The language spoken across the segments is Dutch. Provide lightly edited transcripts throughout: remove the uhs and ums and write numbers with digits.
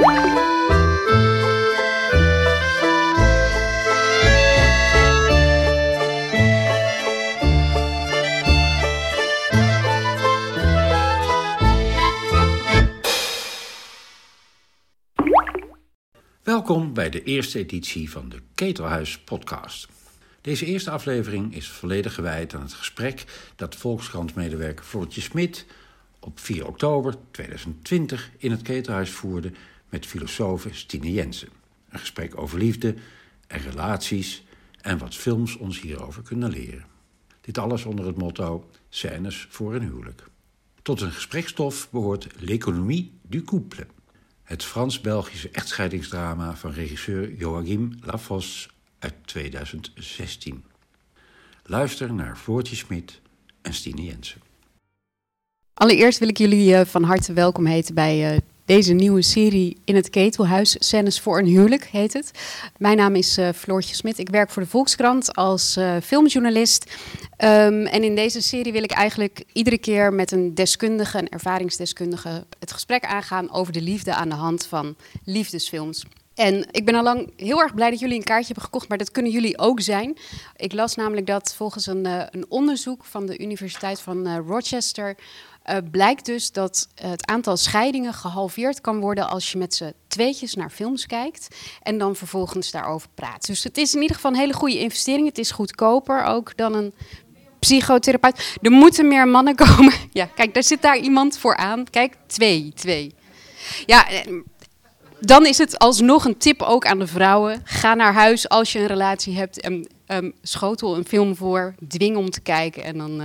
Welkom bij de eerste editie van de Ketelhuis podcast. Deze eerste aflevering is volledig gewijd aan het gesprek dat Volkskrant-medewerker Floortje Smit op 4 oktober 2020 in het Ketelhuis voerde met filosoof Stine Jensen. Een gesprek over liefde en relaties en wat films ons hierover kunnen leren. Dit alles onder het motto Scènes voor een huwelijk. Tot een gespreksstof behoort L'économie du couple. Het Frans-Belgische echtscheidingsdrama van regisseur Joachim Lafosse uit 2016. Luister naar Floortje Smit en Stine Jensen. Allereerst wil ik jullie van harte welkom heten bij deze nieuwe serie in het Ketelhuis. Scènes voor een huwelijk heet het. Mijn naam is Floortje Smit. Ik werk voor de Volkskrant als filmjournalist. En in deze serie wil ik eigenlijk iedere keer met een deskundige, een ervaringsdeskundige, het gesprek aangaan over de liefde aan de hand van liefdesfilms. En ik ben al lang heel erg blij dat jullie een kaartje hebben gekocht, maar dat kunnen jullie ook zijn. Ik las namelijk dat volgens een onderzoek van de Universiteit van Rochester blijkt dus dat het aantal scheidingen gehalveerd kan worden als je met z'n tweetjes naar films kijkt en dan vervolgens daarover praat. Dus het is in ieder geval een hele goede investering. Het is goedkoper ook dan een psychotherapeut. Er moeten meer mannen komen. Ja, kijk, daar zit daar iemand voor aan. Kijk, twee. Ja, dan is het alsnog een tip ook aan de vrouwen. Ga naar huis als je een relatie hebt en schotel een film voor, dwing om te kijken en dan...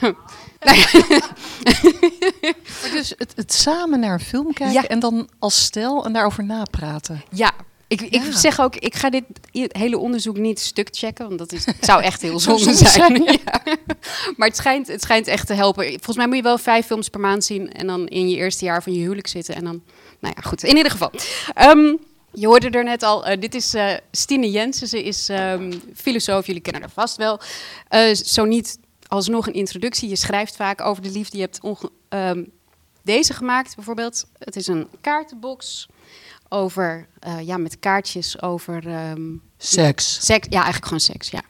Maar dus het samen naar een film kijken en dan als stel en daarover napraten. Ja, ik zeg ook, ik ga dit hele onderzoek niet stuk checken, want het zou echt heel zonde zijn. Ja. Maar het schijnt echt te helpen. Volgens mij moet je wel 5 films per maand zien en dan in je eerste jaar van je huwelijk zitten. En dan, nou ja, goed, in ieder geval. Je hoorde er net al, dit is Stine Jensen. Ze is filosoof, jullie kennen haar vast wel. Zo niet alsnog een introductie. Je schrijft vaak over de liefde. Je hebt deze gemaakt bijvoorbeeld. Het is een kaartenbox over, met kaartjes over... Seks. Ja, eigenlijk gewoon seks, ja.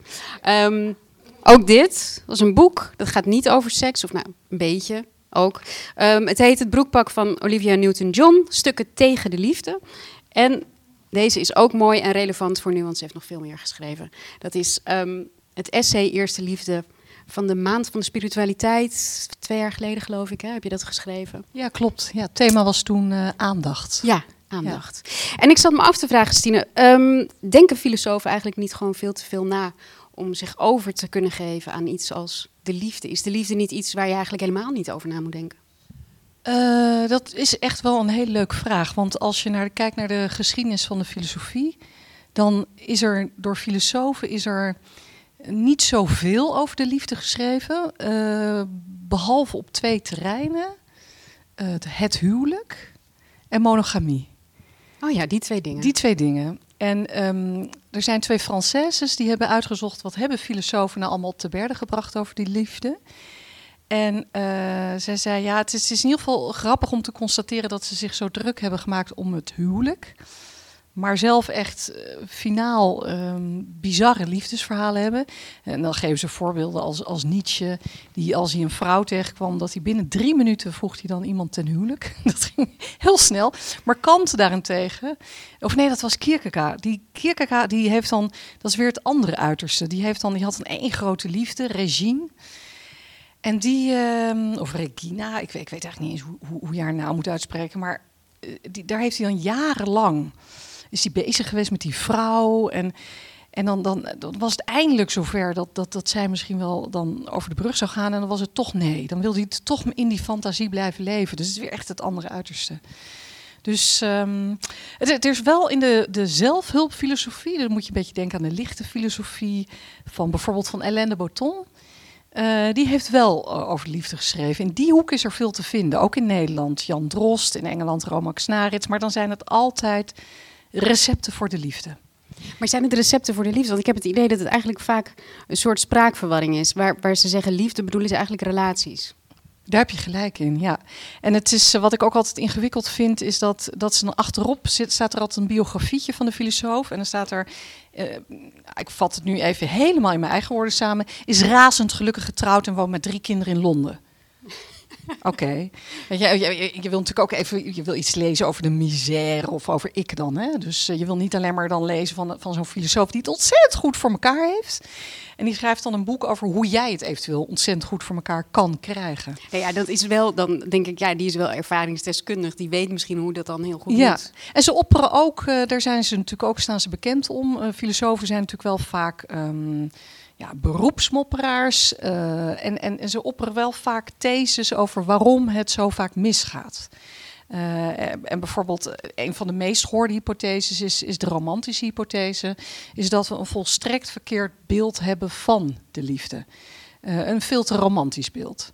Ook dit was een boek. Dat gaat niet over seks, of nou, een beetje ook. Het heet Het broekpak van Olivia Newton-John. Stukken tegen de liefde. En deze is ook mooi en relevant voor nu, want ze heeft nog veel meer geschreven. Dat is het essay Eerste Liefde van de Maand van de Spiritualiteit. 2 jaar geleden, geloof ik, hè? Heb je dat geschreven? Ja, klopt. Ja, het thema was toen aandacht. Ja, aandacht. Ja. En ik zat me af te vragen, Stine, denken filosofen eigenlijk niet gewoon veel te veel na om zich over te kunnen geven aan iets als de liefde? Is de liefde niet iets waar je eigenlijk helemaal niet over na moet denken? Dat is echt wel een hele leuke vraag. Want als je kijkt naar de geschiedenis van de filosofie, dan is er door filosofen niet zoveel over de liefde geschreven. Behalve op 2 terreinen. Het huwelijk en monogamie. Oh ja, die 2 dingen. Die 2 dingen. En er zijn 2 Françaises die hebben uitgezocht wat hebben filosofen nou allemaal te berde gebracht over die liefde. En zij zei, ja, het is in ieder geval grappig om te constateren dat ze zich zo druk hebben gemaakt om het huwelijk. Maar zelf echt finaal bizarre liefdesverhalen hebben. En dan geven ze voorbeelden als Nietzsche, die als hij een vrouw tegenkwam, dat hij binnen 3 minuten vroeg hij dan iemand ten huwelijk. Dat ging heel snel. Maar Kant daarentegen, of nee, dat was Kierkegaard. Kierkegaard die heeft dan, dat is weer het andere uiterste. Die had een één grote liefde, Regine. En die, of Regina, ik weet eigenlijk niet eens hoe je haar naam moet uitspreken, maar daar heeft hij dan jarenlang, is hij bezig geweest met die vrouw. En dan was het eindelijk zover dat zij misschien wel dan over de brug zou gaan. En dan was het toch nee. Dan wilde hij toch in die fantasie blijven leven. Dus het is weer echt het andere uiterste. Dus het is wel in de zelfhulpfilosofie. Dan moet je een beetje denken aan de lichte filosofie van bijvoorbeeld van Alain de Botton. Die heeft wel over liefde geschreven. In die hoek is er veel te vinden. Ook in Nederland. Jan Drost, in Engeland Romax Narits. Maar dan zijn het altijd recepten voor de liefde. Maar zijn het recepten voor de liefde? Want ik heb het idee dat het eigenlijk vaak een soort spraakverwarring is. Waar ze zeggen liefde bedoelen ze eigenlijk relaties. Daar heb je gelijk in, ja. En het is, wat ik ook altijd ingewikkeld vind, is dat ze dan achterop staat er altijd een biografietje van de filosoof. En dan staat er, ik vat het nu even helemaal in mijn eigen woorden samen, is razend gelukkig getrouwd en woont met 3 kinderen in Londen. Oké. Je wil natuurlijk ook even, je wil iets lezen over de misère of over ik dan. Hè? Dus je wil niet alleen maar dan lezen van zo'n filosoof die het ontzettend goed voor elkaar heeft. En die schrijft dan een boek over hoe jij het eventueel ontzettend goed voor elkaar kan krijgen. Ja, dat is wel, dan denk ik, ja, die is wel ervaringsdeskundig. Die weet misschien hoe dat dan heel goed moet. En ze opperen ook, daar zijn ze natuurlijk ook, staan ze bekend om. Filosofen zijn natuurlijk wel vaak beroepsmopperaars. En ze opperen wel vaak theses over waarom het zo vaak misgaat. En bijvoorbeeld een van de meest gehoorde hypotheses is de romantische hypothese. Is dat we een volstrekt verkeerd beeld hebben van de liefde. Een veel te romantisch beeld.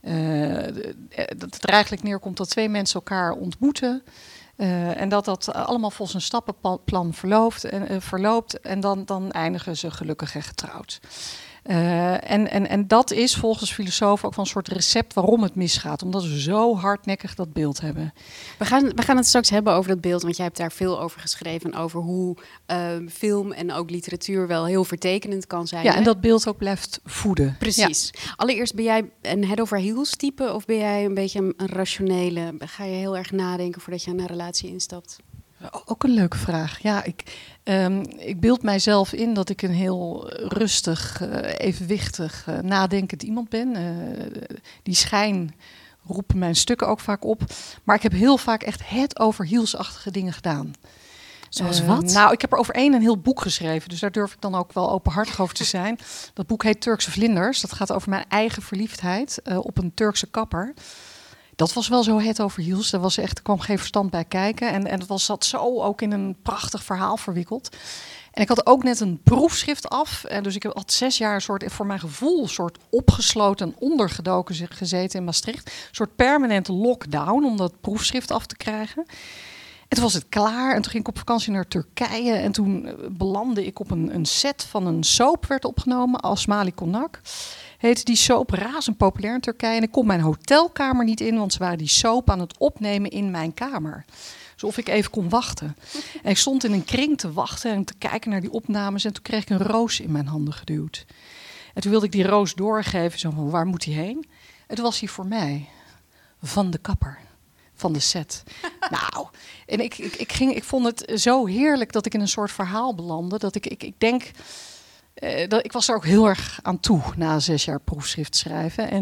Dat het er eigenlijk neerkomt dat 2 mensen elkaar ontmoeten. En dat allemaal volgens een stappenplan verloopt. En dan eindigen ze gelukkig en getrouwd. En dat is volgens filosofen ook van een soort recept waarom het misgaat. Omdat we zo hardnekkig dat beeld hebben. We gaan het straks hebben over dat beeld. Want jij hebt daar veel over geschreven. Over hoe film en ook literatuur wel heel vertekenend kan zijn. Ja, en dat beeld ook blijft voeden. Precies. Ja. Allereerst, ben jij een head over heels type? Of ben jij een beetje een rationele? Ga je heel erg nadenken voordat je een relatie instapt? Ook een leuke vraag. Ja, ik beeld mijzelf in dat ik een heel rustig, evenwichtig, nadenkend iemand ben. Die schijn roepen mijn stukken ook vaak op. Maar ik heb heel vaak echt head over heels-achtige dingen gedaan. Zoals wat? Nou, ik heb er over een heel boek geschreven. Dus daar durf ik dan ook wel openhartig over te zijn. Dat boek heet Turkse Vlinders. Dat gaat over mijn eigen verliefdheid op een Turkse kapper. Dat was wel zo het over hiels. Er kwam geen verstand bij kijken. En het zat zo ook in een prachtig verhaal verwikkeld. En ik had ook net een proefschrift af. En dus ik heb al 6 jaar een soort, voor mijn gevoel, een soort opgesloten, ondergedoken gezeten in Maastricht. Een soort permanente lockdown om dat proefschrift af te krijgen. En toen was het klaar. En toen ging ik op vakantie naar Turkije. En toen belandde ik op een set van een soap, werd opgenomen, Asmali Konak. Heette die soap, razend populair in Turkije. En ik kon mijn hotelkamer niet in, want ze waren die soap aan het opnemen in mijn kamer. Alsof ik even kon wachten. En ik stond in een kring te wachten en te kijken naar die opnames. En toen kreeg ik een roos in mijn handen geduwd. En toen wilde ik die roos doorgeven, zo van, waar moet die heen? En toen was hij voor mij. Van de kapper. Van de set. Nou, en ik vond het zo heerlijk dat ik in een soort verhaal belandde. Dat ik denk... ik was er ook heel erg aan toe na 6 jaar proefschrift schrijven.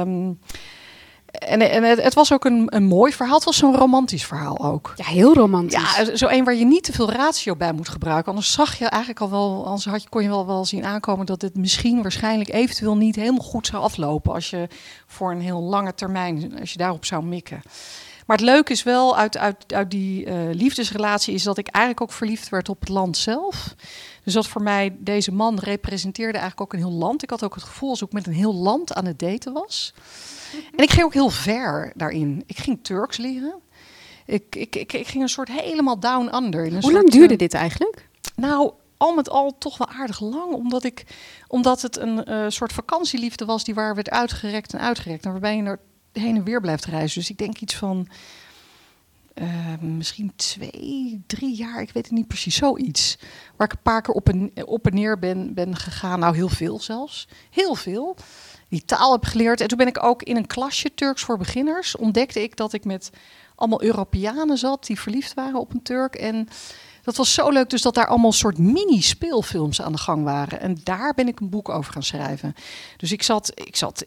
En het was ook een mooi verhaal. Het was zo'n romantisch verhaal ook. Ja, heel romantisch. Ja, zo een waar je niet te veel ratio bij moet gebruiken. Anders zag je eigenlijk al wel, kon je wel zien aankomen dat het waarschijnlijk eventueel niet helemaal goed zou aflopen als je voor een heel lange termijn, als je daarop zou mikken. Maar het leuke is wel uit die liefdesrelatie is dat ik eigenlijk ook verliefd werd op het land zelf. Dus dat voor mij deze man representeerde eigenlijk ook een heel land. Ik had ook het gevoel alsof ik met een heel land aan het daten was. En ik ging ook heel ver daarin. Ik ging Turks leren. Ik ging een soort helemaal down under. Hoe lang duurde dit eigenlijk? Nou, al met al toch wel aardig lang. Omdat het een soort vakantieliefde was die waar werd uitgerekt. En waarbij je er heen en weer blijft reizen. Dus ik denk iets van misschien 2, 3 jaar. Ik weet het niet precies. Zoiets. Waar ik een paar keer op en neer ben gegaan. Nou, heel veel zelfs. Heel veel. Die taal heb geleerd. En toen ben ik ook in een klasje Turks voor beginners. Ontdekte ik dat ik met allemaal Europeanen zat die verliefd waren op een Turk. En dat was zo leuk, dus dat daar allemaal soort mini-speelfilms aan de gang waren. En daar ben ik een boek over gaan schrijven. Dus ik zat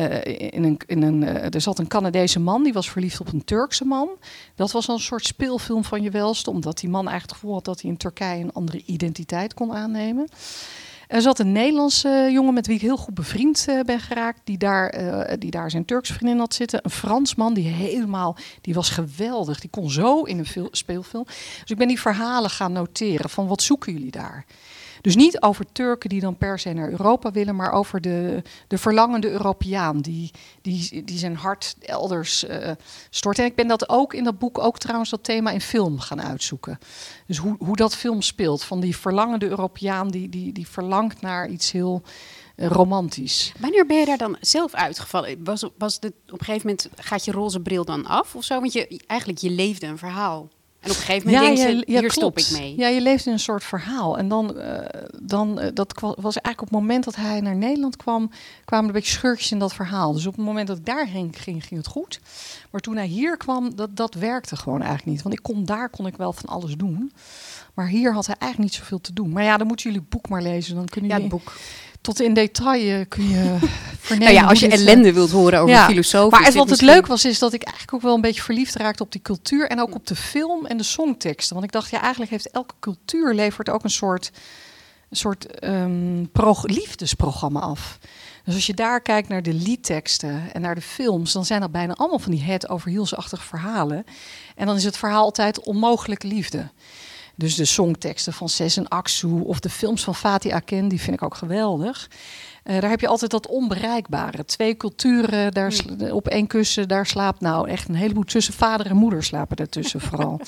er zat een Canadese man, die was verliefd op een Turkse man. Dat was dan een soort speelfilm van je welste, omdat die man eigenlijk het gevoel had dat hij in Turkije een andere identiteit kon aannemen. Er zat een Nederlandse jongen met wie ik heel goed bevriend ben geraakt, die daar zijn Turkse vriendin had zitten. Een Fransman, die was geweldig. Die kon zo in een speelfilm. Dus ik ben die verhalen gaan noteren van wat zoeken jullie daar? Dus niet over Turken die dan per se naar Europa willen, maar over de verlangende Europeaan die zijn hart elders stort. En ik ben dat ook in dat boek, ook trouwens dat thema in film gaan uitzoeken. Dus hoe dat film speelt, van die verlangende Europeaan die verlangt naar iets heel romantisch. Wanneer ben je daar dan zelf uitgevallen? Was het op een gegeven moment, gaat je roze bril dan af of zo? Want je leefde een verhaal. En op een gegeven moment denk je, hier stop ik mee. Ja, je leeft in een soort verhaal. En dat was eigenlijk op het moment dat hij naar Nederland kwam, kwamen er een beetje scheurtjes in dat verhaal. Dus op het moment dat ik daarheen ging het goed. Maar toen hij hier kwam, dat werkte gewoon eigenlijk niet. Want daar kon ik wel van alles doen. Maar hier had hij eigenlijk niet zoveel te doen. Maar ja, dan moeten jullie het boek maar lezen. Dan kunnen jullie... Ja, het boek. Tot in detail kun je vernemen. Nou ja, als je ellende wilt horen over filosofie. Maar wat het leuk was, is dat ik eigenlijk ook wel een beetje verliefd raakte op die cultuur. En ook op de film en de songteksten. Want ik dacht, ja, eigenlijk heeft elke cultuur levert ook een soort liefdesprogramma af. Dus als je daar kijkt naar de liedteksten en naar de films, dan zijn dat bijna allemaal van die head-over-heels-achtige verhalen. En dan is het verhaal altijd onmogelijke liefde. Dus de songteksten van Ses en Aksu of de films van Fatih Akin, die vind ik ook geweldig. Daar heb je altijd dat onbereikbare. 2 culturen daar op 1 kussen, daar slaapt nou echt een heleboel tussen. Vader en moeder slapen daartussen vooral.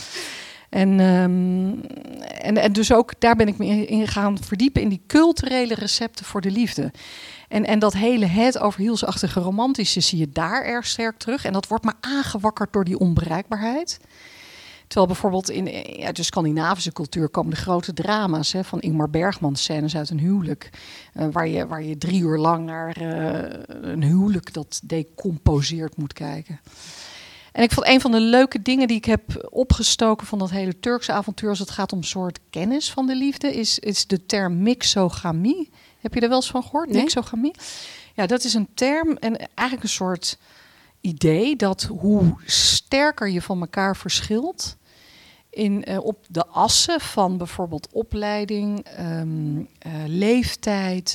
En dus ook daar ben ik me in gaan verdiepen in die culturele recepten voor de liefde. En dat hele head-over-heels-achtige romantische zie je daar erg sterk terug. En dat wordt maar aangewakkerd door die onbereikbaarheid. Terwijl bijvoorbeeld in de Scandinavische cultuur komen de grote drama's van Ingmar Bergman, scènes uit een huwelijk. Waar je 3 uur lang naar een huwelijk dat decomposeert moet kijken. En ik vond een van de leuke dingen die ik heb opgestoken van dat hele Turkse avontuur, als het gaat om een soort kennis van de liefde, is de term mixogamie. Heb je er wel eens van gehoord? Nee. Mixogamie? Ja, dat is een term en eigenlijk een soort idee dat hoe sterker je van elkaar verschilt op de assen van bijvoorbeeld opleiding, leeftijd,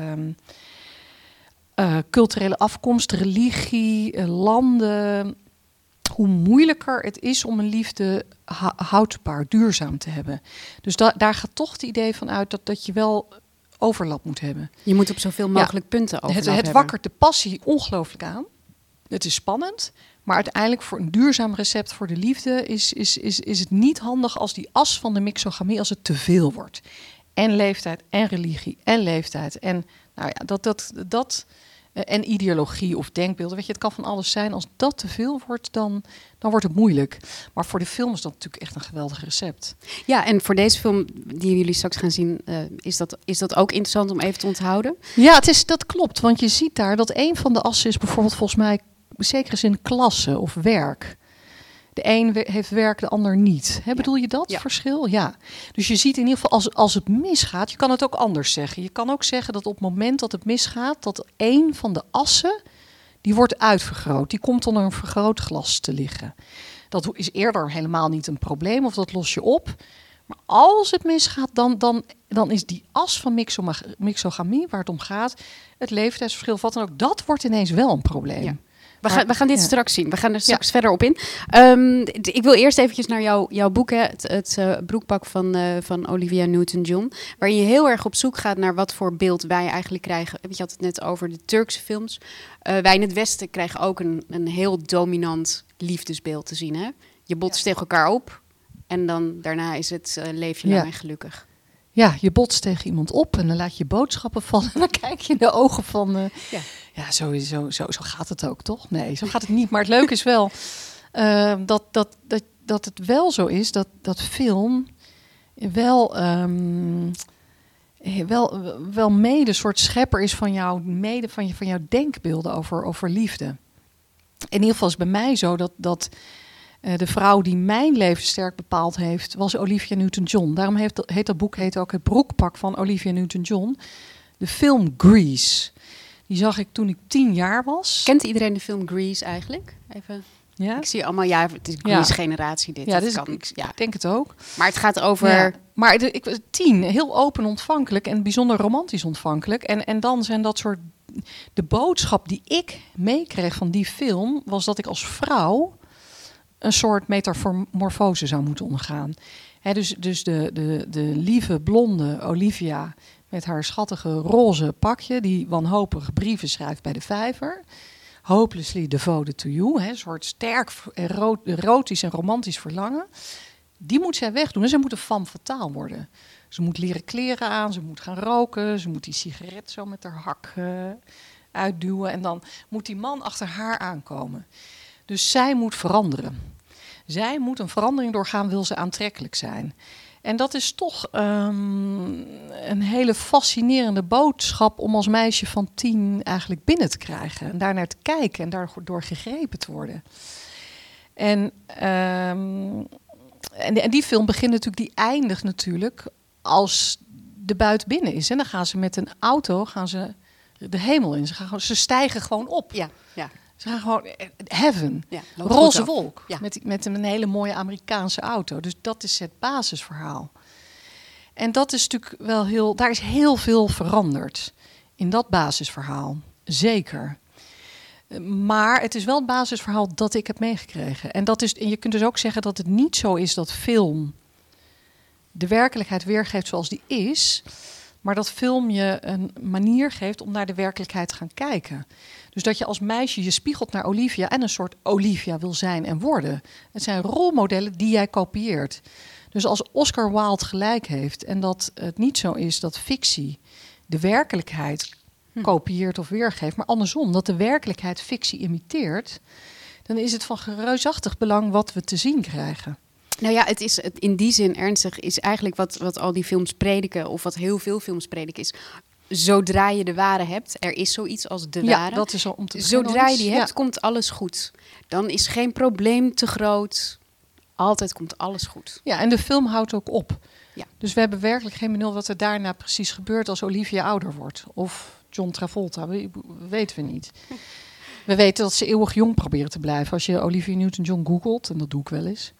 culturele afkomst, religie, landen, hoe moeilijker het is om een liefde houdbaar, duurzaam te hebben. Dus daar gaat toch het idee van uit dat je wel overlap moet hebben. Je moet op zoveel mogelijk punten overlap hebben. Het wakkert de passie ongelooflijk aan. Het is spannend, maar uiteindelijk voor een duurzaam recept voor de liefde is het niet handig als die as van de mixogamie, als het te veel wordt. En leeftijd en religie en leeftijd en nou ja, en ideologie of denkbeelden. Weet je, het kan van alles zijn. Als dat te veel wordt, dan wordt het moeilijk. Maar voor de film is dat natuurlijk echt een geweldig recept. Ja, en voor deze film die jullie straks gaan zien, is dat ook interessant om even te onthouden? Ja, dat klopt. Want je ziet daar dat een van de assen is bijvoorbeeld volgens mij zeker is in klasse of werk. De een heeft werk, de ander niet. Bedoel je dat verschil? Ja. Dus je ziet in ieder geval, als het misgaat, je kan het ook anders zeggen. Je kan ook zeggen dat op het moment dat het misgaat, dat een van de assen, die wordt uitvergroot. Die komt onder een vergrootglas te liggen. Dat is eerder helemaal niet een probleem of dat los je op. Maar als het misgaat, dan is die as van mixogamie, waar het om gaat, het leeftijdsverschil, wat dan ook, dat wordt ineens wel een probleem. Ja. We gaan dit straks zien. We gaan er straks verder op in. Ik wil eerst eventjes naar jouw boek, het broekpak van Olivia Newton-John, waarin je heel erg op zoek gaat naar wat voor beeld wij eigenlijk krijgen. Je had het net over de Turkse films. Wij in het Westen krijgen ook een heel dominant liefdesbeeld te zien. Hè? Je botst tegen elkaar op en dan daarna is het leef je lang en gelukkig. Ja, je botst tegen iemand op en dan laat je boodschappen vallen. En dan kijk je in de ogen van... zo gaat het ook, toch? Nee, zo gaat het niet. Maar het leuke is wel dat het wel zo is dat film wel mede een soort schepper is van jouw denkbeelden over liefde. In ieder geval is bij mij zo dat de vrouw die mijn leven sterk bepaald heeft, was Olivia Newton-John. Daarom heet dat boek ook Het broekpak van Olivia Newton-John. De film Grease. Die zag ik toen ik 10 jaar was. Kent iedereen de film Grease eigenlijk? Even. Ja? Ik zie allemaal, het is Grease-generatie dit. Ja, ik denk het ook. Maar het gaat over... Ja. Maar ik was 10, heel open ontvankelijk en bijzonder romantisch ontvankelijk. En dan zijn dat soort... De boodschap die ik meekreeg van die film was dat ik als vrouw een soort metamorfose zou moeten ondergaan. Dus de lieve blonde Olivia met haar schattige roze pakje, die wanhopig brieven schrijft bij de vijver. Hopelessly devoted to you. Een soort sterk erotisch en romantisch verlangen. Die moet zij wegdoen en zij moet een femme fatale worden. Ze moet leren kleren aan, ze moet gaan roken, ze moet die sigaret zo met haar hak uitduwen. En dan moet die man achter haar aankomen. Dus zij moet veranderen. Zij moet een verandering doorgaan, wil ze aantrekkelijk zijn. En dat is toch een hele fascinerende boodschap om als meisje van 10 eigenlijk binnen te krijgen. En daarnaar te kijken en daardoor gegrepen te worden. En die film begint natuurlijk, die eindigt natuurlijk als de buit binnen is. En dan gaan ze met een auto de hemel in. Ze stijgen gewoon op. Ja. Ze gaan gewoon heaven. Ja, roze wolk. Ja. Met een hele mooie Amerikaanse auto. Dus dat is het basisverhaal. En dat is natuurlijk wel daar is heel veel veranderd in dat basisverhaal. Zeker. Maar het is wel het basisverhaal dat ik heb meegekregen. En je kunt dus ook zeggen dat het niet zo is dat film de werkelijkheid weergeeft zoals die is, maar dat film je een manier geeft om naar de werkelijkheid te gaan kijken. Dus dat je als meisje je spiegelt naar Olivia en een soort Olivia wil zijn en worden. Het zijn rolmodellen die jij kopieert. Dus als Oscar Wilde gelijk heeft en dat het niet zo is dat fictie de werkelijkheid kopieert of weergeeft, maar andersom, dat de werkelijkheid fictie imiteert, dan is het van reusachtig belang wat we te zien krijgen. Nou ja, het is in die zin ernstig, is eigenlijk wat al die films prediken, of wat heel veel films prediken, is zodra je de ware hebt, er is zoiets als de ware. Ja, dat is al om te beginnen. Zodra je die hebt, komt alles goed. Dan is geen probleem te groot. Altijd komt alles goed. Ja, en de film houdt ook op. Ja. Dus we hebben werkelijk geen benul wat er daarna precies gebeurt als Olivia ouder wordt. Of John Travolta, weten we niet. We weten dat ze eeuwig jong proberen te blijven. Als je Olivia Newton-John googelt, en dat doe ik wel eens.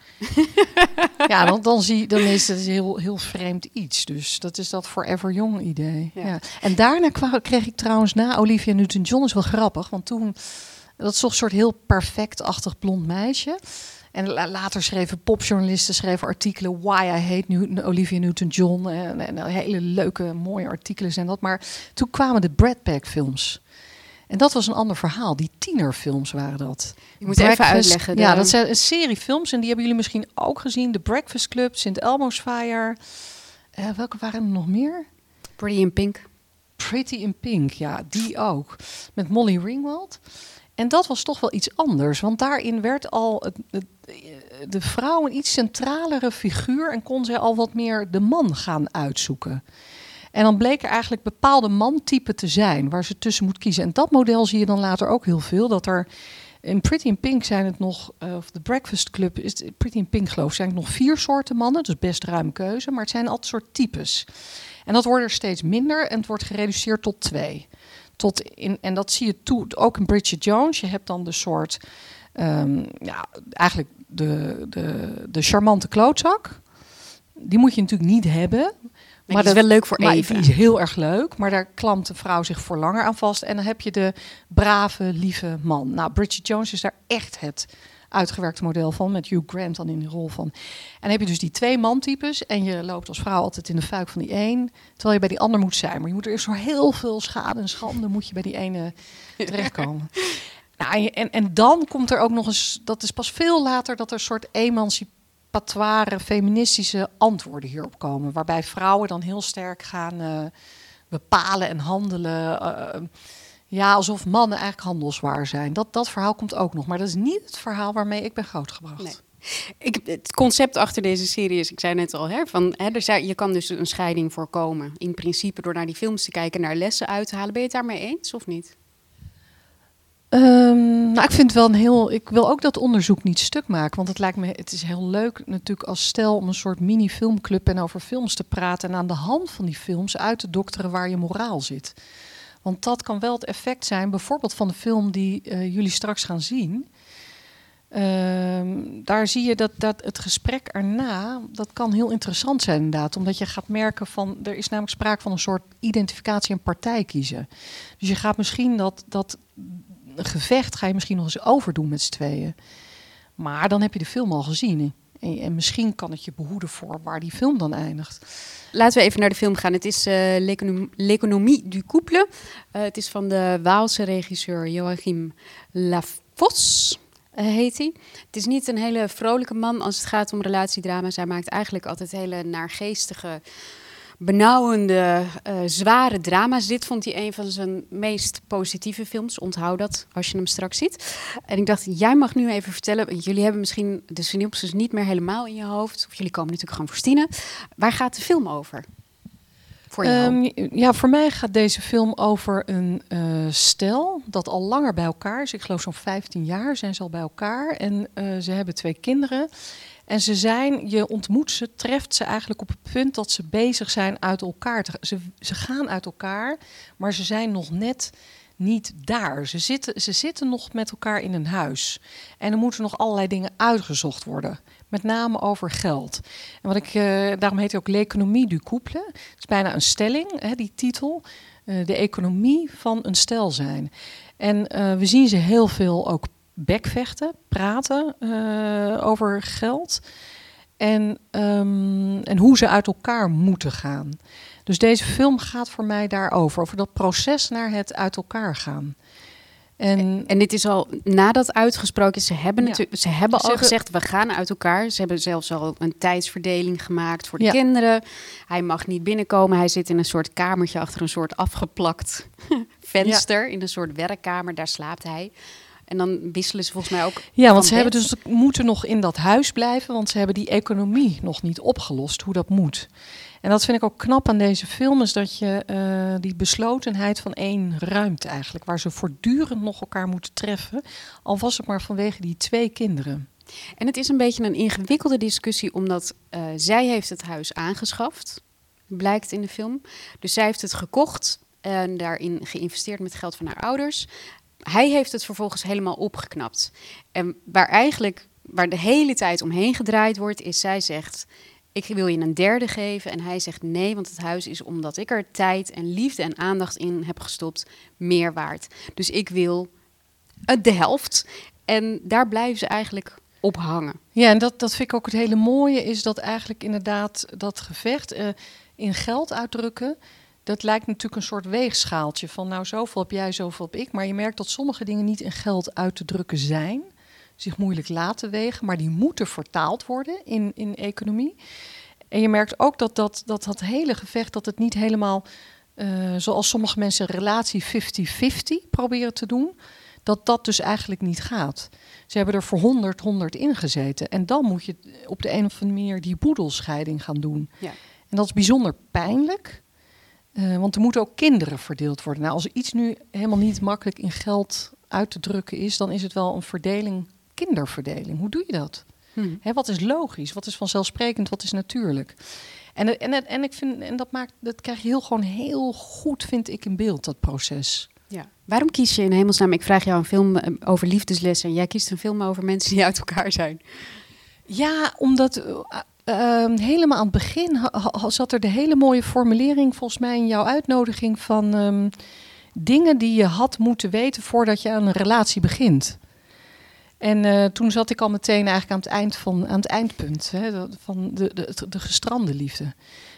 Ja, dan is het heel, heel vreemd iets. Dus dat is dat forever young idee. Ja. Ja. En daarna kreeg ik trouwens na Olivia Newton-John, is wel grappig. Want toen, dat is toch een soort heel perfect-achtig blond meisje. En later schreven popjournalisten artikelen Why I Hate Olivia Newton-John. En hele leuke, mooie artikelen zijn dat. Maar toen kwamen de Brat Pack films. En dat was een ander verhaal. Die tienerfilms waren dat. Je moet even uitleggen. Ja, dat zijn een serie films. En die hebben jullie misschien ook gezien. The Breakfast Club, St. Elmo's Fire. Welke waren er nog meer? Pretty in Pink. Pretty in Pink, ja, die ook. Met Molly Ringwald. En dat was toch wel iets anders. Want daarin werd al de vrouw een iets centralere figuur. En kon zij al wat meer de man gaan uitzoeken. En dan bleek er eigenlijk bepaalde mantypen te zijn waar ze tussen moet kiezen. En dat model zie je dan later ook heel veel. Dat er in Pretty in Pink zijn het nog, of The Breakfast Club, is Pretty in Pink geloof ik, zijn het nog 4 soorten mannen. Dus best ruime keuze. Maar het zijn altijd soort types. En dat wordt er steeds minder en het wordt gereduceerd tot 2. En dat zie je ook in Bridget Jones. Je hebt dan de soort, eigenlijk de charmante klootzak. Die moet je natuurlijk niet hebben. Maar dat is wel leuk voor even. Die is heel erg leuk, maar daar klampt de vrouw zich voor langer aan vast. En dan heb je de brave, lieve man. Nou, Bridget Jones is daar echt het uitgewerkte model van, met Hugh Grant dan in de rol van. En dan heb je dus die 2 mantypes en je loopt als vrouw altijd in de fuik van die een, terwijl je bij die ander moet zijn. Maar je moet er eerst door heel veel schade en schande moet je bij die ene terechtkomen. Nou, en dan komt er ook nog eens, dat is pas veel later, dat er een soort emancipatoire, feministische antwoorden hierop komen. Waarbij vrouwen dan heel sterk gaan bepalen en handelen. Alsof mannen eigenlijk handelswaar zijn. Dat verhaal komt ook nog. Maar dat is niet het verhaal waarmee ik ben grootgebracht. Nee. Het concept achter deze serie is, ik zei net al, je kan dus een scheiding voorkomen. In principe door naar die films te kijken, naar lessen uit te halen. Ben je het daarmee eens of niet? Ik vind het wel ik wil ook dat onderzoek niet stuk maken. Want het lijkt me, het is heel leuk natuurlijk als stel om een soort mini-filmclub en over films te praten. En aan de hand van die films uit te dokteren waar je moraal zit. Want dat kan wel het effect zijn, bijvoorbeeld van de film die jullie straks gaan zien. Daar zie je dat het gesprek erna, dat kan heel interessant zijn inderdaad. Omdat je gaat merken van, er is namelijk sprake van een soort identificatie en partij kiezen. Dus je gaat misschien dat gevecht ga je misschien nog eens overdoen met z'n tweeën. Maar dan heb je de film al gezien. En misschien kan het je behoeden voor waar die film dan eindigt. Laten we even naar de film gaan. Het is L'économie du couple. Het is van de Waalse regisseur Joachim Lafosse, heet hij. Het is niet een hele vrolijke man als het gaat om relatiedrama's. Hij maakt eigenlijk altijd hele naargeestige benauwende, zware drama's. Dit vond hij een van zijn meest positieve films. Onthoud dat als je hem straks ziet. En ik dacht, jij mag nu even vertellen. Want jullie hebben misschien de synopsis niet meer helemaal in je hoofd. Of jullie komen natuurlijk gewoon voor Stine. Waar gaat de film over? Voor jou? Voor mij gaat deze film over een stel dat al langer bij elkaar is. Ik geloof zo'n 15 jaar zijn ze al bij elkaar. En ze hebben 2 kinderen. En je ontmoet ze, treft ze eigenlijk op het punt dat ze bezig zijn uit elkaar te gaan. Ze gaan uit elkaar, maar ze zijn nog net niet daar. Ze zitten nog met elkaar in een huis. En er moeten nog allerlei dingen uitgezocht worden. Met name over geld. En daarom heet het ook L'économie du couple. Het is bijna een stelling, die titel. De economie van een stel zijn. En we zien ze heel veel ook bekvechten, praten over geld. En hoe ze uit elkaar moeten gaan. Dus deze film gaat voor mij daarover. Over dat proces naar het uit elkaar gaan. En dit is al nadat uitgesproken is. Ze hebben al gezegd, we gaan uit elkaar. Ze hebben zelfs al een tijdsverdeling gemaakt voor de kinderen. Hij mag niet binnenkomen. Hij zit in een soort kamertje achter een soort afgeplakt venster. In een soort werkkamer. Daar slaapt hij. En dan wisselen ze volgens mij ook. Ja, want ze moeten nog in dat huis blijven. Want ze hebben die economie nog niet opgelost. Hoe dat moet. En dat vind ik ook knap aan deze film, is dat je die beslotenheid van één ruimte eigenlijk, waar ze voortdurend nog elkaar moeten treffen, al was het maar vanwege die 2 kinderen. En het is een beetje een ingewikkelde discussie, omdat zij heeft het huis aangeschaft, blijkt in de film. Dus zij heeft het gekocht en daarin geïnvesteerd met geld van haar ouders. Hij heeft het vervolgens helemaal opgeknapt. En waar de hele tijd omheen gedraaid wordt, is zij zegt, ik wil je een derde geven. En hij zegt nee, want het huis is, omdat ik er tijd en liefde en aandacht in heb gestopt, meer waard. Dus ik wil de helft. En daar blijven ze eigenlijk op hangen. Ja, en dat vind ik ook het hele mooie, is dat eigenlijk inderdaad dat gevecht in geld uitdrukken, dat lijkt natuurlijk een soort weegschaaltje van nou zoveel heb jij, zoveel heb ik. Maar je merkt dat sommige dingen niet in geld uit te drukken zijn, zich moeilijk laten wegen, maar die moeten vertaald worden in economie. En je merkt ook dat hele gevecht, dat het niet helemaal, zoals sommige mensen een relatie 50-50 proberen te doen, dat dus eigenlijk niet gaat. Ze hebben er voor 100 in gezeten. En dan moet je op de een of andere manier die boedelscheiding gaan doen. Ja. En dat is bijzonder pijnlijk. Want er moeten ook kinderen verdeeld worden. Nou, als iets nu helemaal niet makkelijk in geld uit te drukken is, dan is het wel een verdeling, kinderverdeling. Hoe doe je dat? Wat is logisch? Wat is vanzelfsprekend? Wat is natuurlijk? En ik vind, en dat krijg je heel goed, vind ik, in beeld, dat proces. Ja. Waarom kies je in hemelsnaam? Ik vraag jou een film over liefdeslessen en jij kiest een film over mensen die uit elkaar zijn. Ja, omdat helemaal aan het begin zat er de hele mooie formulering, volgens mij in jouw uitnodiging, van dingen die je had moeten weten voordat je aan een relatie begint. En toen zat ik al meteen eigenlijk aan het eindpunt, van de gestrande liefde.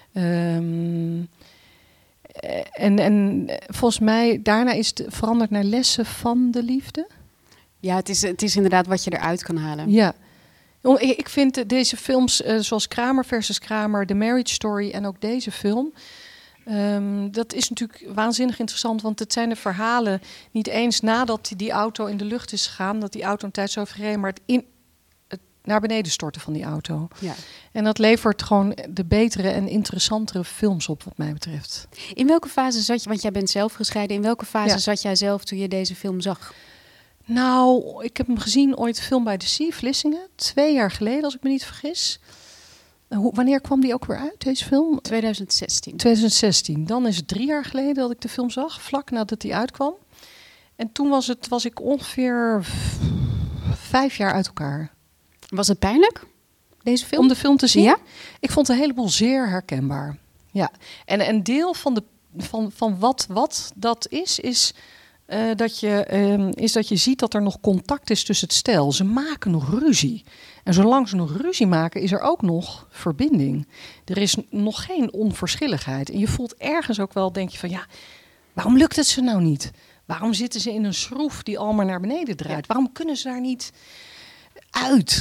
En volgens mij daarna is het veranderd naar lessen van de liefde. Ja, het is inderdaad wat je eruit kan halen. Ja. Ik vind deze films, zoals Kramer versus Kramer, The Marriage Story en ook deze film, dat is natuurlijk waanzinnig interessant, want het zijn de verhalen niet eens nadat die auto in de lucht is gegaan, dat die auto een tijd zo heeft gereden, maar het naar beneden storten van die auto. Ja. En dat levert gewoon de betere en interessantere films op, wat mij betreft. In welke fase zat je, want jij bent zelf gescheiden, in welke fase zat jij zelf toen je deze film zag? Nou, ik heb hem gezien ooit, Film by the Sea, Vlissingen, 2 jaar geleden, als ik me niet vergis. Wanneer kwam die ook weer uit, deze film? 2016. 2016. Dan is het 3 jaar geleden dat ik de film zag, vlak nadat die uitkwam. En toen was ik ongeveer 5 jaar uit elkaar. Was het pijnlijk, deze film? Om de film te zien? Ja? Ik vond een heleboel zeer herkenbaar. Ja. En een deel van wat dat is dat je ziet dat er nog contact is tussen het stel. Ze maken nog ruzie. En zolang ze nog ruzie maken, is er ook nog verbinding. Er is nog geen onverschilligheid. En je voelt ergens ook wel, denk je van ja, waarom lukt het ze nou niet? Waarom zitten ze in een schroef die al maar naar beneden draait? Waarom kunnen ze daar niet uit?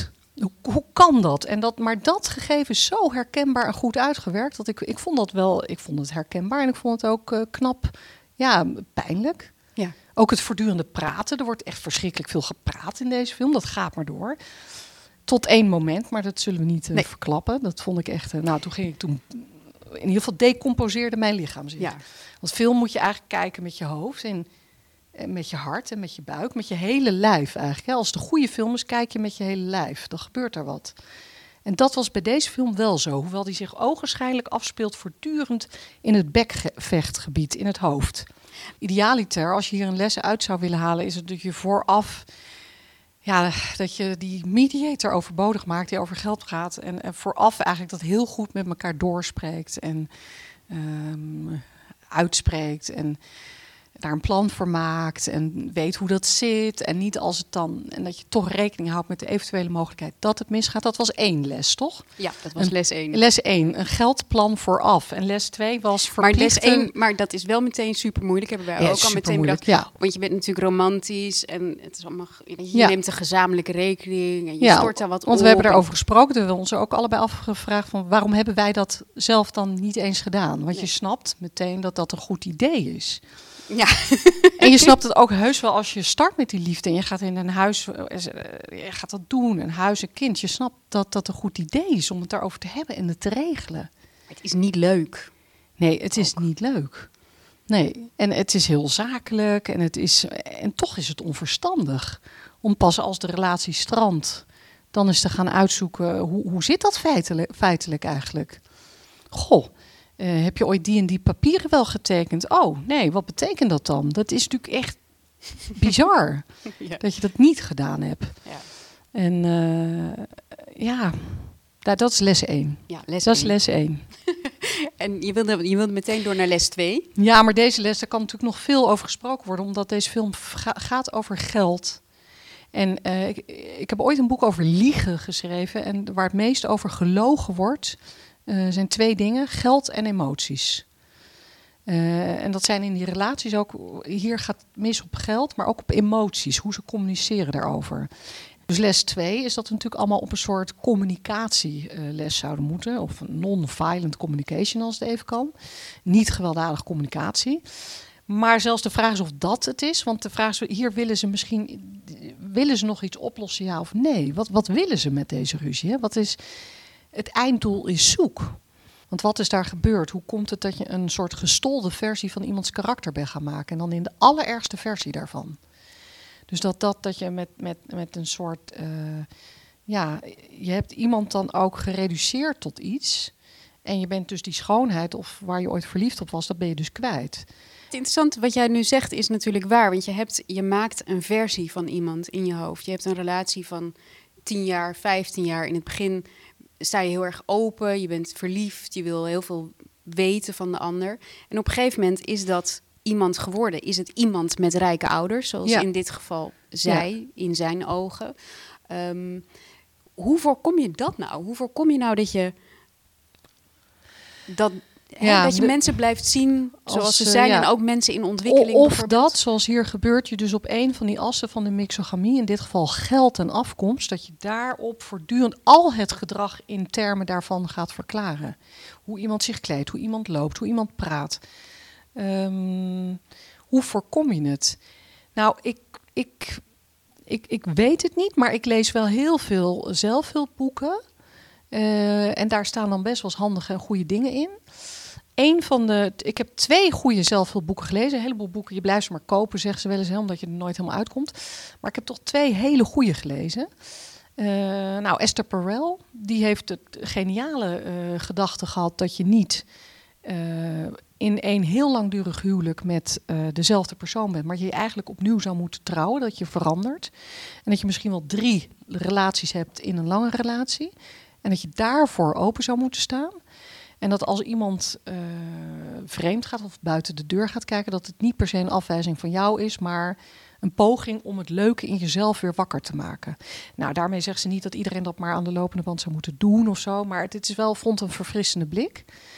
Hoe kan dat? Maar dat gegeven is zo herkenbaar en goed uitgewerkt dat ik vond het herkenbaar en ik vond het ook knap, pijnlijk. Ja. Ook het voortdurende praten. Er wordt echt verschrikkelijk veel gepraat in deze film. Dat gaat maar door. Tot één moment, maar dat zullen we niet verklappen. Dat vond ik echt... toen in ieder geval decomposeerde mijn lichaam zich. Ja. Want film moet je eigenlijk kijken met je hoofd en met je hart en met je buik. Met je hele lijf eigenlijk. Als het een goede film is, kijk je met je hele lijf. Dan gebeurt er wat. En dat was bij deze film wel zo. Hoewel die zich ogenschijnlijk afspeelt voortdurend in het bekvechtgebied, in het hoofd. Idealiter, als je hier een les uit zou willen halen, is het dat je vooraf... dat je die mediator overbodig maakt, die over geld gaat. En vooraf eigenlijk dat heel goed met elkaar doorspreekt en uitspreekt. En daar een plan voor maakt en weet hoe dat zit. En niet als het dan... En dat je toch rekening houdt met de eventuele mogelijkheid dat het misgaat. Dat was 1 les, toch? Ja, dat was les 1. Les 1, een geldplan vooraf. En les 2 was verplicht... Maar dat is wel meteen super moeilijk. Hebben wij ook al meteen bedacht. Ja. Want je bent natuurlijk romantisch. En het is allemaal, je neemt een gezamenlijke rekening. En je stort daar wat op. Want we hebben daarover gesproken. We hebben ons ook allebei afgevraagd van... waarom hebben wij dat zelf dan niet eens gedaan? Want je snapt meteen dat dat een goed idee is. Ja. En je snapt het ook heus wel als je start met die liefde en je gaat in een huis, je gaat dat doen, een huis, een kind. Je snapt dat dat een goed idee is om het daarover te hebben en het te regelen. Het is niet leuk. Nee, het is niet leuk. Nee, en het is heel zakelijk en toch is het onverstandig om pas als de relatie strandt dan eens te gaan uitzoeken hoe zit dat feitelijk eigenlijk. Goh. Heb je ooit die en die papieren wel getekend? Oh, nee, wat betekent dat dan? Dat is natuurlijk echt bizar dat je dat niet gedaan hebt. Ja. En dat is les 1. Ja, dat is les 1. En je wilde meteen door naar les 2? Ja, maar deze les, daar kan natuurlijk nog veel over gesproken worden, omdat deze film gaat over geld. En ik heb ooit een boek over liegen geschreven en waar het meest over gelogen wordt... zijn 2 dingen, geld en emoties. En dat zijn in die relaties ook... Hier gaat het mis op geld, maar ook op emoties. Hoe ze communiceren daarover. Dus les 2 is dat we natuurlijk allemaal op een soort communicatieles zouden moeten. Of non-violent communication als het even kan. Niet gewelddadige communicatie. Maar zelfs de vraag is of dat het is. Want de vraag is, hier willen ze nog iets oplossen, ja of nee? Wat willen ze met deze ruzie? Hè? Wat is... Het einddoel is zoek. Want wat is daar gebeurd? Hoe komt het dat je een soort gestolde versie van iemands karakter bent gaan maken? En dan in de allerergste versie daarvan. Dus dat je met een soort... je hebt iemand dan ook gereduceerd tot iets. En je bent dus die schoonheid of waar je ooit verliefd op was, dat ben je dus kwijt. Het interessante wat jij nu zegt is natuurlijk waar. Want je maakt een versie van iemand in je hoofd. Je hebt een relatie van 10 jaar, 15 jaar. In het begin... sta je heel erg open, je bent verliefd, je wil heel veel weten van de ander. En op een gegeven moment is dat iemand geworden. Is het iemand met rijke ouders, zoals in dit geval zij, in zijn ogen. Hoe voorkom je dat nou? Hoe voorkom je nou dat je mensen blijft zien zoals ze zijn en ook mensen in ontwikkeling? Of dat, zoals hier gebeurt, je dus op een van die assen van de mixogamie, in dit geval geld en afkomst, dat je daarop voortdurend al het gedrag in termen daarvan gaat verklaren. Hoe iemand zich kleedt, hoe iemand loopt, hoe iemand praat. Hoe voorkom je het? Nou, ik weet het niet, maar ik lees wel heel veel zelfhulpboeken. En daar staan dan best wel eens handige en goede dingen in. Ik heb 2 goede zelfhulpboeken gelezen. Een heleboel boeken, je blijft ze maar kopen, zeggen ze wel eens, omdat je er nooit helemaal uitkomt. Maar ik heb toch 2 hele goede gelezen. Esther Perel, die heeft het geniale gedachte gehad dat je niet in een heel langdurig huwelijk met dezelfde persoon bent, maar je eigenlijk opnieuw zou moeten trouwen, dat je verandert. En dat je misschien wel 3 relaties hebt in een lange relatie. En dat je daarvoor open zou moeten staan. En dat als iemand vreemd gaat of buiten de deur gaat kijken, dat het niet per se een afwijzing van jou is, maar een poging om het leuke in jezelf weer wakker te maken. Nou, daarmee zegt ze niet dat iedereen dat maar aan de lopende band zou moeten doen of zo, maar het is wel, vond een verfrissende blik.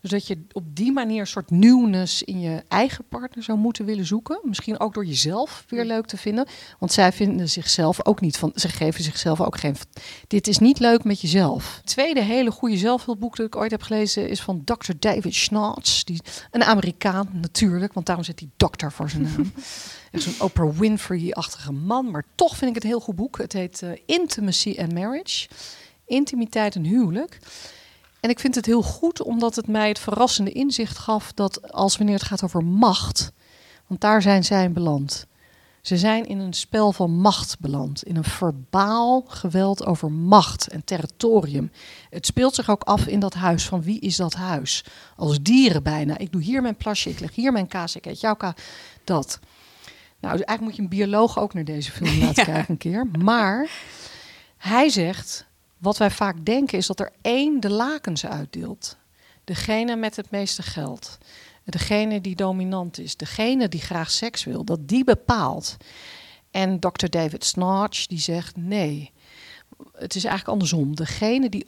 Dus dat je op die manier een soort nieuwness in je eigen partner zou moeten willen zoeken. Misschien ook door jezelf weer leuk te vinden. Want zij vinden zichzelf ook niet van... Ze geven zichzelf ook geen... Dit is niet leuk met jezelf. Het tweede hele goede zelfhulpboek dat ik ooit heb gelezen is van Dr. David Schnartz. Een Amerikaan natuurlijk, want daarom zit hij dokter voor zijn naam. Echt zo'n Oprah Winfrey-achtige man. Maar toch vind ik het een heel goed boek. Het heet Intimacy and Marriage. Intimiteit en huwelijk. En ik vind het heel goed omdat het mij het verrassende inzicht gaf dat wanneer het gaat over macht, want daar zijn zij beland. Ze zijn in een spel van macht beland, in een verbaal geweld over macht en territorium. Het speelt zich ook af in dat huis. Van wie is dat huis? Als dieren bijna. Ik doe hier mijn plasje, ik leg hier mijn kaas, ik eet jouw kaas. Dat. Nou, dus eigenlijk moet je een bioloog ook naar deze film laten kijken een keer. Maar hij zegt... Wat wij vaak denken is dat er één de lakens uitdeelt. Degene met het meeste geld. Degene die dominant is. Degene die graag seks wil. Dat die bepaalt. En Dr. David Schnarch die zegt nee. Het is eigenlijk andersom. Degene die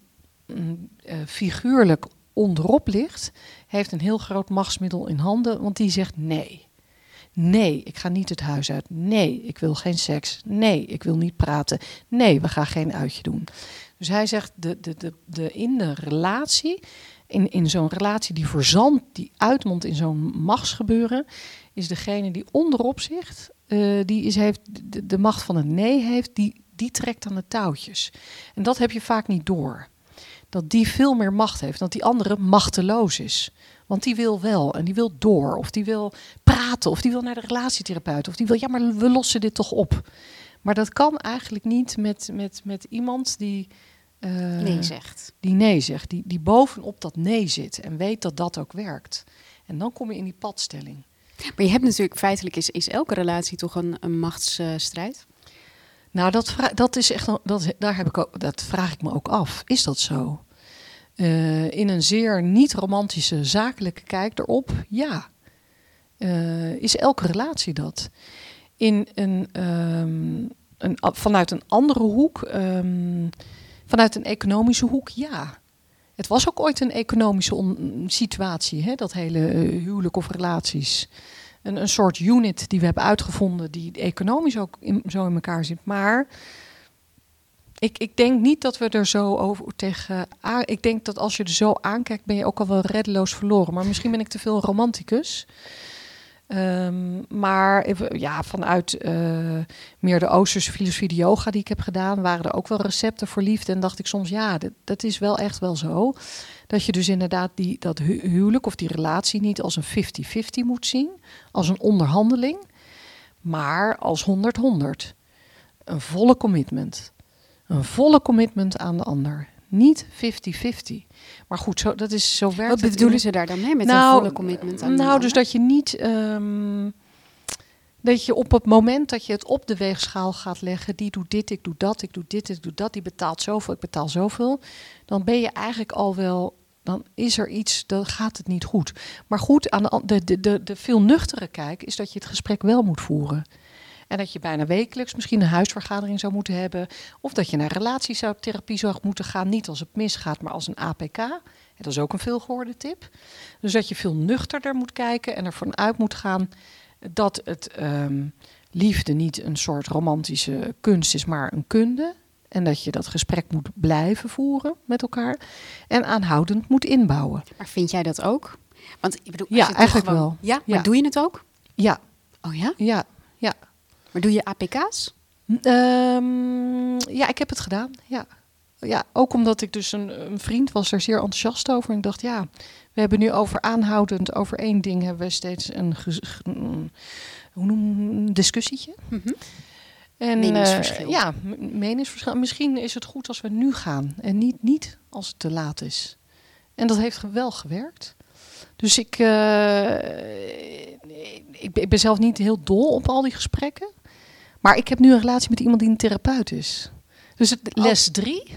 figuurlijk onderop ligt... heeft een heel groot machtsmiddel in handen. Want die zegt nee. Nee, ik ga niet het huis uit. Nee, ik wil geen seks. Nee, ik wil niet praten. Nee, we gaan geen uitje doen. Dus hij zegt, in de relatie, in zo'n relatie die verzandt, die uitmondt in zo'n machtsgebeuren, is degene die onderop zit, heeft de macht van het nee heeft, die trekt aan de touwtjes. En dat heb je vaak niet door. Dat die veel meer macht heeft, dat die andere machteloos is. Want die wil wel en die wil door, of die wil praten, of die wil naar de relatietherapeut, of die wil, ja, maar we lossen dit toch op. Maar dat kan eigenlijk niet met iemand die nee zegt. Die nee zegt, die bovenop dat nee zit en weet dat dat ook werkt. En dan kom je in die padstelling. Maar je hebt natuurlijk, feitelijk is elke relatie toch een machtsstrijd? Nou, dat is echt, dat vraag ik me ook af. Is dat zo? In een zeer niet-romantische zakelijke kijk erop, ja. Is elke relatie dat? Vanuit een andere hoek, vanuit een economische hoek, ja. Het was ook ooit een economische situatie, hè, dat hele huwelijk of relaties. Een soort unit die we hebben uitgevonden, die economisch ook zo in elkaar zit. Maar ik denk niet dat we er zo over tegen... Ik denk dat als je er zo aankijkt, ben je ook al wel reddeloos verloren. Maar misschien ben ik te veel romanticus. Maar ja, vanuit meer de Oosterse filosofie, de yoga die ik heb gedaan, waren er ook wel recepten voor liefde. En dacht ik soms, ja, dat is wel echt wel zo. Dat je dus inderdaad dat huwelijk of die relatie niet als een 50-50 moet zien. Als een onderhandeling. Maar als 100-100. Een volle commitment. Een volle commitment aan de ander. Niet 50-50. Maar goed, dat is zo werkt. Wat bedoelen ze daar dan mee met een volle commitment aan de ander? Dus dat je niet... dat je op het moment dat je het op de weegschaal gaat leggen, die doet dit, ik doe dat, ik doe dit, ik doe dat, die betaalt zoveel, ik betaal zoveel, dan ben je eigenlijk al wel, dan is er iets, dan gaat het niet goed. Maar goed, aan de veel nuchtere kijk is dat je het gesprek wel moet voeren. En dat je bijna wekelijks misschien een huisvergadering zou moeten hebben, of dat je naar relatietherapie zou moeten gaan, niet als het misgaat, maar als een APK. Dat is ook een veelgehoorde tip. Dus dat je veel nuchterder moet kijken en ervan uit moet gaan dat het liefde niet een soort romantische kunst is, maar een kunde. En dat je dat gesprek moet blijven voeren met elkaar. En aanhoudend moet inbouwen. Maar vind jij dat ook? Want ik bedoel, ja, eigenlijk gewoon, wel. Ja, maar doe je het ook? Ja. Oh ja? Ja. Maar doe je APK's? Ja, ik heb het gedaan. Ja, ook omdat ik dus een vriend was er zeer enthousiast over. En ik dacht, ja, we hebben nu aanhoudend over één ding hebben we steeds een discussietje. Mm-hmm. En, meningsverschil. Ja, meningsverschil. Misschien is het goed als we nu gaan en niet als het te laat is. En dat heeft wel gewerkt. Dus ik ben zelf niet heel dol op al die gesprekken. Maar ik heb nu een relatie met iemand die een therapeut is. Dus les 3.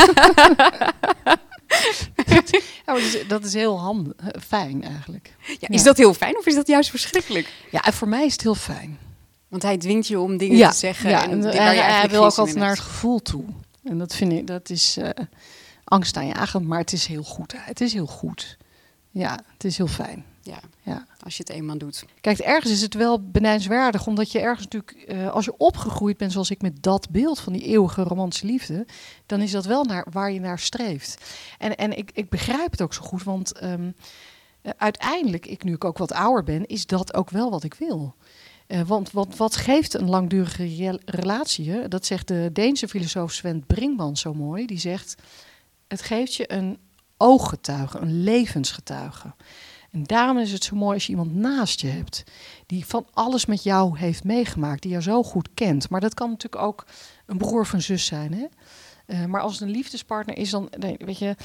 Ja, dat is heel fijn eigenlijk. Ja, is dat heel fijn of is dat juist verschrikkelijk? Ja, en voor mij is het heel fijn. Want hij dwingt je om dingen te zeggen. Ja, en hij wil ook altijd naar het gevoel toe. En dat is angstaanjagend, maar het is heel goed. Het is heel goed. Ja, het is heel fijn. Ja, als je het eenmaal doet. Kijk, ergens is het wel benijdenswaardig, omdat je ergens natuurlijk, als je opgegroeid bent zoals ik met dat beeld van die eeuwige romantische liefde, dan is dat wel waar je naar streeft. En ik begrijp het ook zo goed, want uiteindelijk, nu ik ook wat ouder ben, is dat ook wel wat ik wil. Want wat geeft een langdurige relatie? Dat zegt de Deense filosoof Sven Brinkman zo mooi. Die zegt, het geeft je een ooggetuige, een levensgetuige. En daarom is het zo mooi als je iemand naast je hebt die van alles met jou heeft meegemaakt, die jou zo goed kent. Maar dat kan natuurlijk ook een broer of een zus zijn. Hè? Maar als het een liefdespartner is, dan weet je,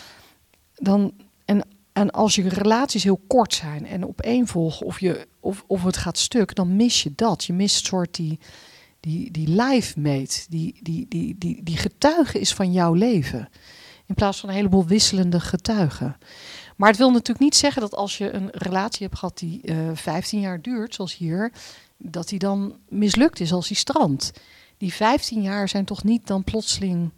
en als je relaties heel kort zijn en opeenvolgen of het gaat stuk, dan mis je dat. Je mist soort die life mate, die getuige is van jouw leven. In plaats van een heleboel wisselende getuigen. Maar het wil natuurlijk niet zeggen dat als je een relatie hebt gehad die 15 jaar duurt, zoals hier, dat die dan mislukt is als die strandt. Die 15 jaar zijn toch niet dan plotseling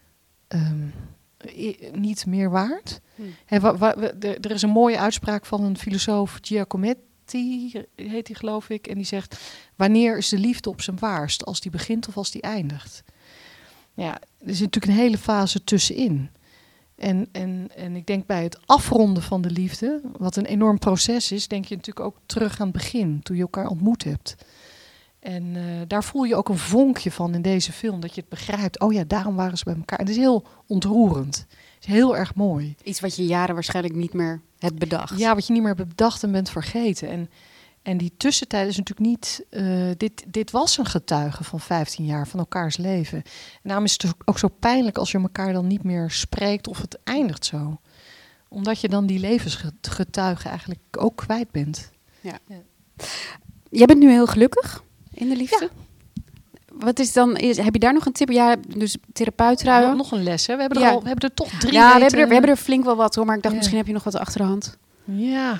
niet meer waard? Er is een mooie uitspraak van een filosoof, Giacometti heet hij geloof ik, en die zegt, wanneer is de liefde op zijn waarst? Als die begint of als die eindigt? Ja, er zit natuurlijk een hele fase tussenin. En ik denk bij het afronden van de liefde, wat een enorm proces is, denk je natuurlijk ook terug aan het begin, toen je elkaar ontmoet hebt. En daar voel je ook een vonkje van in deze film, dat je het begrijpt. Oh ja, daarom waren ze bij elkaar. En het is heel ontroerend. Het is heel erg mooi. Iets wat je jaren waarschijnlijk niet meer hebt bedacht. Ja, wat je niet meer hebt bedacht en bent vergeten. En die tussentijd is natuurlijk niet... Dit was een getuige van 15 jaar van elkaars leven. En daarom is het ook zo pijnlijk als je elkaar dan niet meer spreekt of het eindigt zo. Omdat je dan die levensgetuige eigenlijk ook kwijt bent. Ja. Jij bent nu heel gelukkig in de liefde? Ja. Wat is dan? Heb je daar nog een tip? Ja, dus therapeutruien. Nog een les, hè? We hebben er toch 3 Ja, we hebben er flink wel wat hoor. Maar ik dacht, misschien heb je nog wat achter de hand. Ja,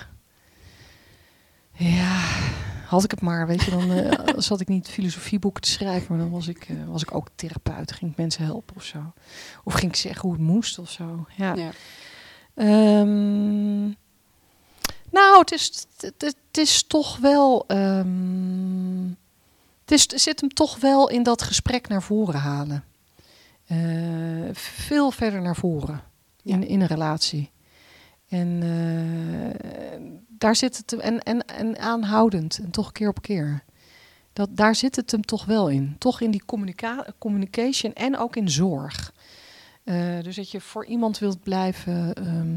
had ik het maar, weet je, dan zat ik niet filosofieboeken te schrijven, maar dan was ik ook therapeut, ging ik mensen helpen of zo. Of ging ik zeggen hoe het moest of zo. Ja. Nou, het is toch wel, het zit hem toch wel in dat gesprek naar voren halen. Veel verder naar voren in een relatie. En daar zit het en aanhoudend en toch keer op keer. Daar zit het hem toch wel in. Toch in die communication en ook in zorg. Dus dat je voor iemand wilt blijven...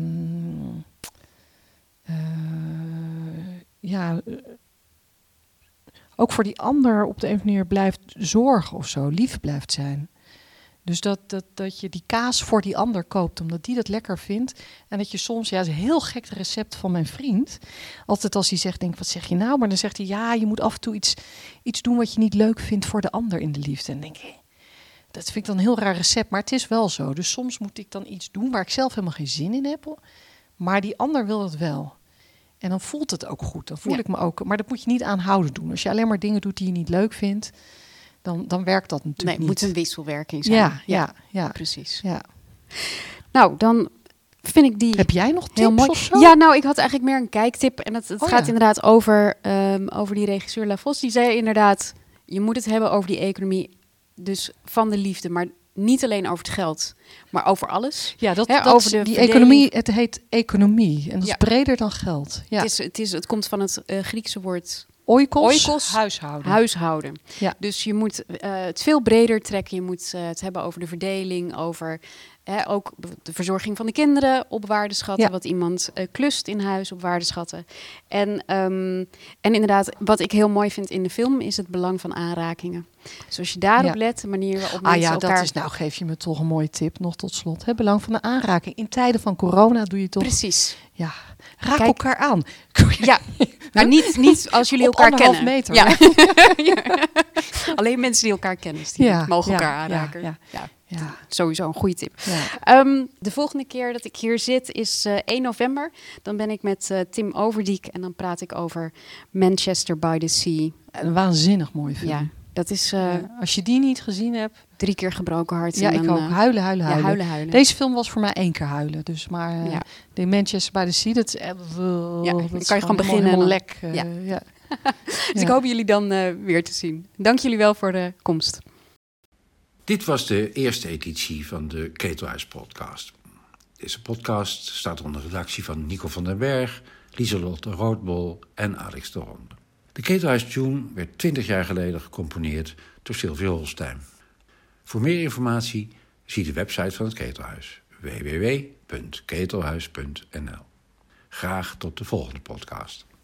ook voor die ander op de een of andere manier blijft zorgen of zo. Lief blijft zijn. Dus dat je die kaas voor die ander koopt, omdat die dat lekker vindt. En dat je soms, het is een heel gek recept van mijn vriend. Altijd als hij zegt, denk wat zeg je nou? Maar dan zegt hij, ja, je moet af en toe iets doen wat je niet leuk vindt voor de ander in de liefde. En dan denk ik, dat vind ik dan een heel raar recept, maar het is wel zo. Dus soms moet ik dan iets doen waar ik zelf helemaal geen zin in heb. Maar die ander wil het wel. En dan voelt het ook goed. Dan voel ik me ook. Maar dat moet je niet aanhouden doen. Als je alleen maar dingen doet die je niet leuk vindt, dan werkt dat natuurlijk niet. Het moet een wisselwerking zijn. Ja. Precies. Ja. Nou, dan vind ik die... Heb jij nog tips heel mooi of zo? Ja, nou, ik had eigenlijk meer een kijktip. En het gaat inderdaad over die regisseur La Vos. Die zei inderdaad, je moet het hebben over die economie, dus van de liefde, maar niet alleen over het geld, maar over alles. Ja, over die verdeling. Economie, het heet economie. En dat is breder dan geld. Ja. Het komt van het Griekse woord oikos, huishouden. Ja. Dus je moet het veel breder trekken. Je moet het hebben over de verdeling, over ook de verzorging van de kinderen op waarde schatten. Wat iemand klust in huis op waarde schatten. En inderdaad, wat ik heel mooi vind in de film is het belang van aanrakingen. Dus als je daarop let, de manier waarop mensen elkaar... dat is, nou geef je me toch een mooie tip nog tot slot. Het belang van de aanraking. In tijden van corona doe je toch... Precies. Ja, raak elkaar aan. Ja, maar niet als jullie elkaar kennen. Meter. Ja. Alleen mensen die elkaar kennen, die mogen elkaar aanraken. Ja, sowieso een goede tip. Ja. De volgende keer dat ik hier zit is 1 november. Dan ben ik met Tim Overdiek en dan praat ik over Manchester by the Sea. Een waanzinnig mooie film. Dat is Als je die niet gezien hebt... 3 keer gebroken hart. Ja, en ik dan, ook. Huilen. Ja, huilen. Deze film was voor mij 1 keer huilen. Dus maar de Manchester by the Sea, dat is echt... dan kan je gewoon beginnen. Helemaal lek. Ja. Dus ik hoop jullie dan weer te zien. Dank jullie wel voor de komst. Dit was de eerste editie van de Ketelhuis podcast. Deze podcast staat onder redactie van Nico van den Berg, Lieselotte Roodbol en Alex de Ronde. De Ketelhuis-tune werd 20 jaar geleden gecomponeerd door Sylvie Holstein. Voor meer informatie zie de website van het Ketelhuis: www.ketelhuis.nl. Graag tot de volgende podcast.